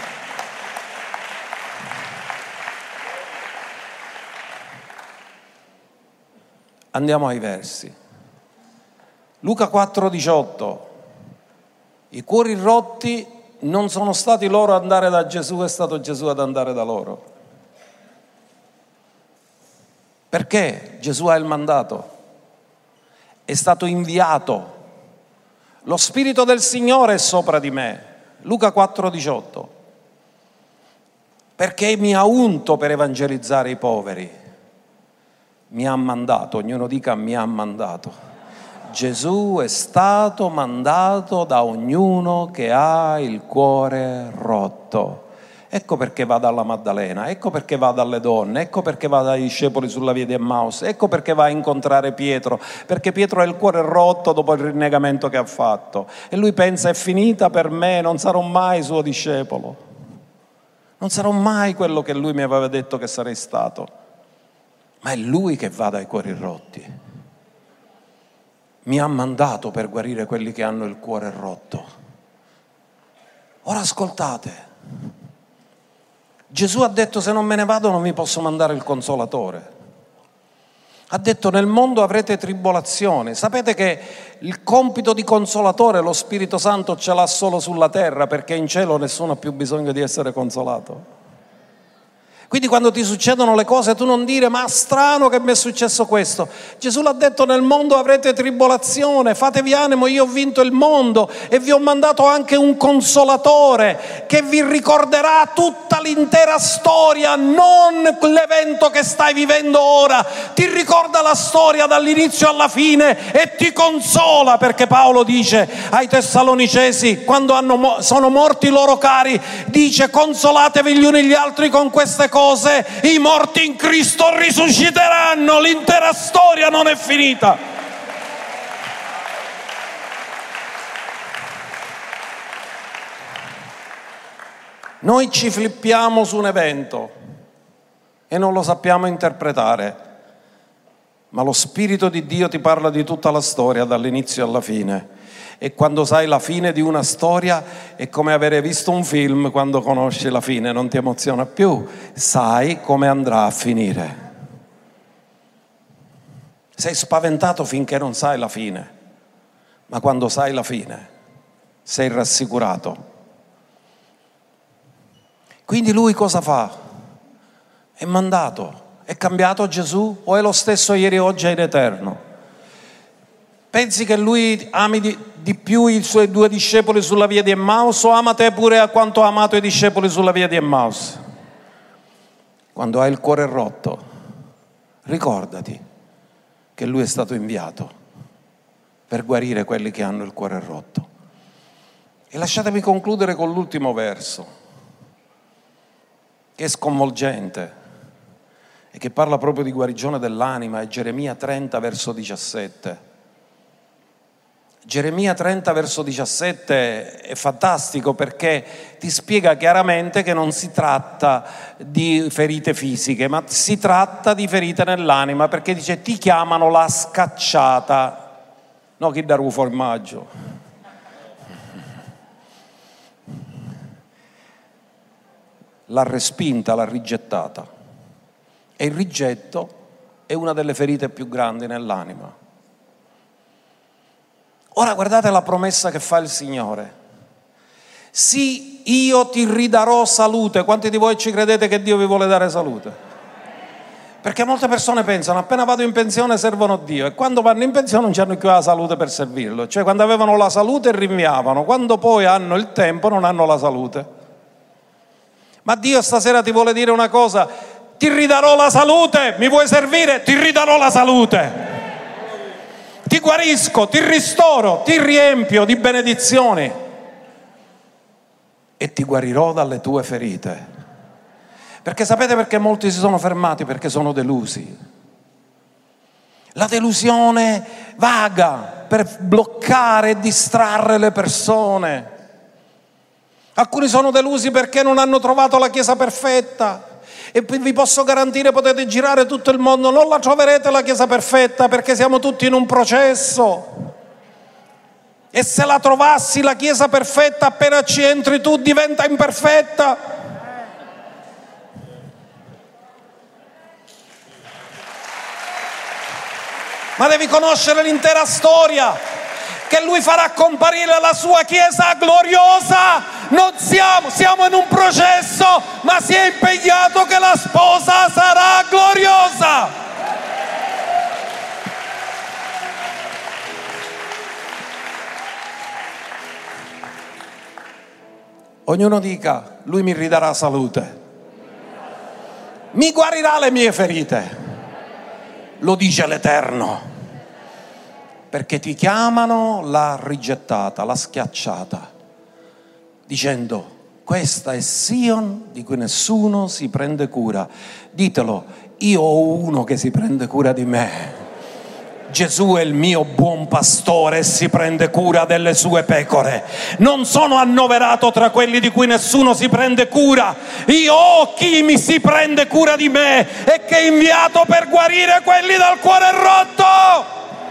Andiamo ai versi. Luca quattro diciotto. I cuori rotti non sono stati loro ad andare da Gesù, è stato Gesù ad andare da loro. Perché Gesù ha il mandato, è stato inviato. Lo Spirito del Signore è sopra di me. Luca quattro diciotto. Perché mi ha unto per evangelizzare i poveri. Mi ha mandato, ognuno dica: mi ha mandato. Gesù è stato mandato da ognuno che ha il cuore rotto. Ecco perché va dalla Maddalena, ecco perché va dalle donne, ecco perché va dai discepoli sulla via di Emmaus, ecco perché va a incontrare Pietro, perché Pietro ha il cuore rotto dopo il rinnegamento che ha fatto. E lui pensa: è finita per me, non sarò mai suo discepolo, non sarò mai quello che lui mi aveva detto che sarei stato. Ma è lui che va dai cuori rotti. Mi ha mandato per guarire quelli che hanno il cuore rotto. Ora ascoltate. Gesù ha detto: se non me ne vado non vi posso mandare il Consolatore. Ha detto: nel mondo avrete tribolazione. Sapete che il compito di Consolatore lo Spirito Santo ce l'ha solo sulla terra, perché in cielo nessuno ha più bisogno di essere consolato. Quindi quando ti succedono le cose tu non dire: ma strano che mi è successo questo. Gesù l'ha detto: nel mondo avrete tribolazione, fatevi animo, io ho vinto il mondo e vi ho mandato anche un Consolatore che vi ricorderà tutta l'intera storia, non l'evento che stai vivendo ora. Ti ricorda la storia dall'inizio alla fine e ti consola, perché Paolo dice ai Tessalonicesi, quando hanno, sono morti i loro cari, dice: consolatevi gli uni gli altri con queste cose. I morti in Cristo risusciteranno, l'intera storia non è finita. Noi ci flippiamo su un evento e non lo sappiamo interpretare, ma lo Spirito di Dio ti parla di tutta la storia, dall'inizio alla fine. E quando sai la fine di una storia è come avere visto un film. Quando conosci la fine non ti emoziona più, sai come andrà a finire. Sei spaventato finché non sai la fine, ma quando sai la fine sei rassicurato. Quindi lui cosa fa? È mandato. È cambiato Gesù o è lo stesso ieri, oggi e in eterno? Pensi che lui ami di, di più i suoi due discepoli sulla via di Emmaus o ama te pure a quanto ha amato i discepoli sulla via di Emmaus? Quando hai il cuore rotto, ricordati che lui è stato inviato per guarire quelli che hanno il cuore rotto. E lasciatemi concludere con l'ultimo verso, che è sconvolgente e che parla proprio di guarigione dell'anima, è Geremia trenta verso diciassette. Geremia trenta verso diciassette è fantastico perché ti spiega chiaramente che non si tratta di ferite fisiche, ma si tratta di ferite nell'anima, perché dice ti chiamano la scacciata, no chi dà un formaggio. L'ha respinta, l'ha rigettata. E il rigetto è una delle ferite più grandi nell'anima. Ora guardate la promessa che fa il Signore. Sì, io ti ridarò salute. Quanti di voi ci credete che Dio vi vuole dare salute? Perché molte persone pensano appena vado in pensione servono a Dio, e quando vanno in pensione non hanno più la salute per servirlo. Cioè quando avevano la salute rinviavano, quando poi hanno il tempo non hanno la salute. Ma Dio stasera ti vuole dire una cosa: ti ridarò la salute, mi vuoi servire? Ti ridarò la salute. Ti guarisco, ti ristoro, ti riempio di benedizioni e ti guarirò dalle tue ferite. Perché sapete perché molti si sono fermati? Perché sono delusi. La delusione vaga per bloccare e distrarre le persone. Alcuni sono delusi perché non hanno trovato la chiesa perfetta. E vi posso garantire, potete girare tutto il mondo, non la troverete la chiesa perfetta, perché siamo tutti in un processo. E se la trovassi la chiesa perfetta, appena ci entri tu diventa imperfetta. Ma devi conoscere l'intera storia, che lui farà comparire la sua chiesa gloriosa. Non siamo, siamo in un processo, ma si è impegnato che la sposa sarà gloriosa. Ognuno dica: lui mi ridarà salute, mi guarirà le mie ferite. Lo dice l'Eterno, perché ti chiamano la rigettata, la schiacciata, dicendo: questa è Sion di cui nessuno si prende cura. Ditelo: io ho uno che si prende cura di me. Gesù è il mio buon pastore e si prende cura delle sue pecore. Non sono annoverato tra quelli di cui nessuno si prende cura. Io ho chi mi si prende cura di me e che è inviato per guarire quelli dal cuore rotto.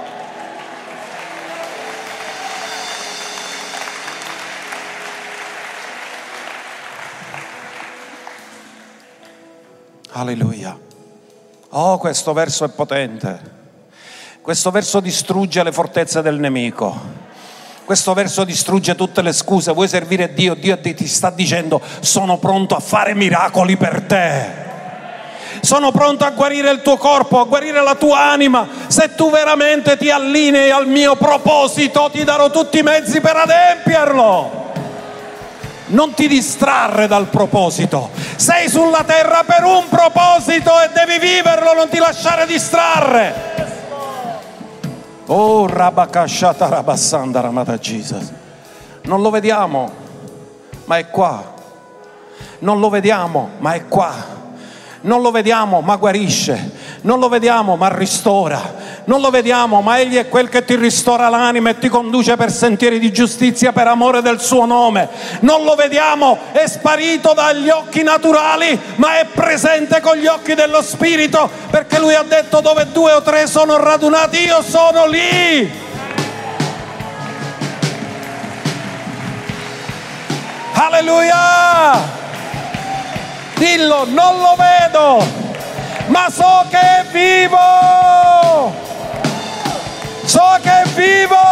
Alleluia. Oh, questo verso è potente. Questo verso distrugge le fortezze del nemico. Questo verso distrugge tutte le scuse. Vuoi servire Dio? Dio ti sta dicendo: sono pronto a fare miracoli per te. Sono pronto a guarire il tuo corpo, a guarire la tua anima. Se tu veramente ti allinei al mio proposito, ti darò tutti i mezzi per adempierlo. Non ti distrarre dal proposito. Sei sulla terra per un proposito e devi viverlo, non ti lasciare distrarre. Oh, Rabakashata Rabassanda Ramata Jesus. Non lo vediamo, ma è qua. Non lo vediamo, ma è qua. Non lo vediamo, ma guarisce. Non lo vediamo, ma ristora. non lo vediamo, ma Egli è quel che ti ristora l'anima e ti conduce per sentieri di giustizia per amore del suo nome. Non lo vediamo, è sparito dagli occhi naturali, ma è presente con gli occhi dello Spirito, perché Lui ha detto: dove due o tre sono radunati, io sono lì. Alleluia! Dillo: non lo vedo, ma so che è vivo! So che è vivo!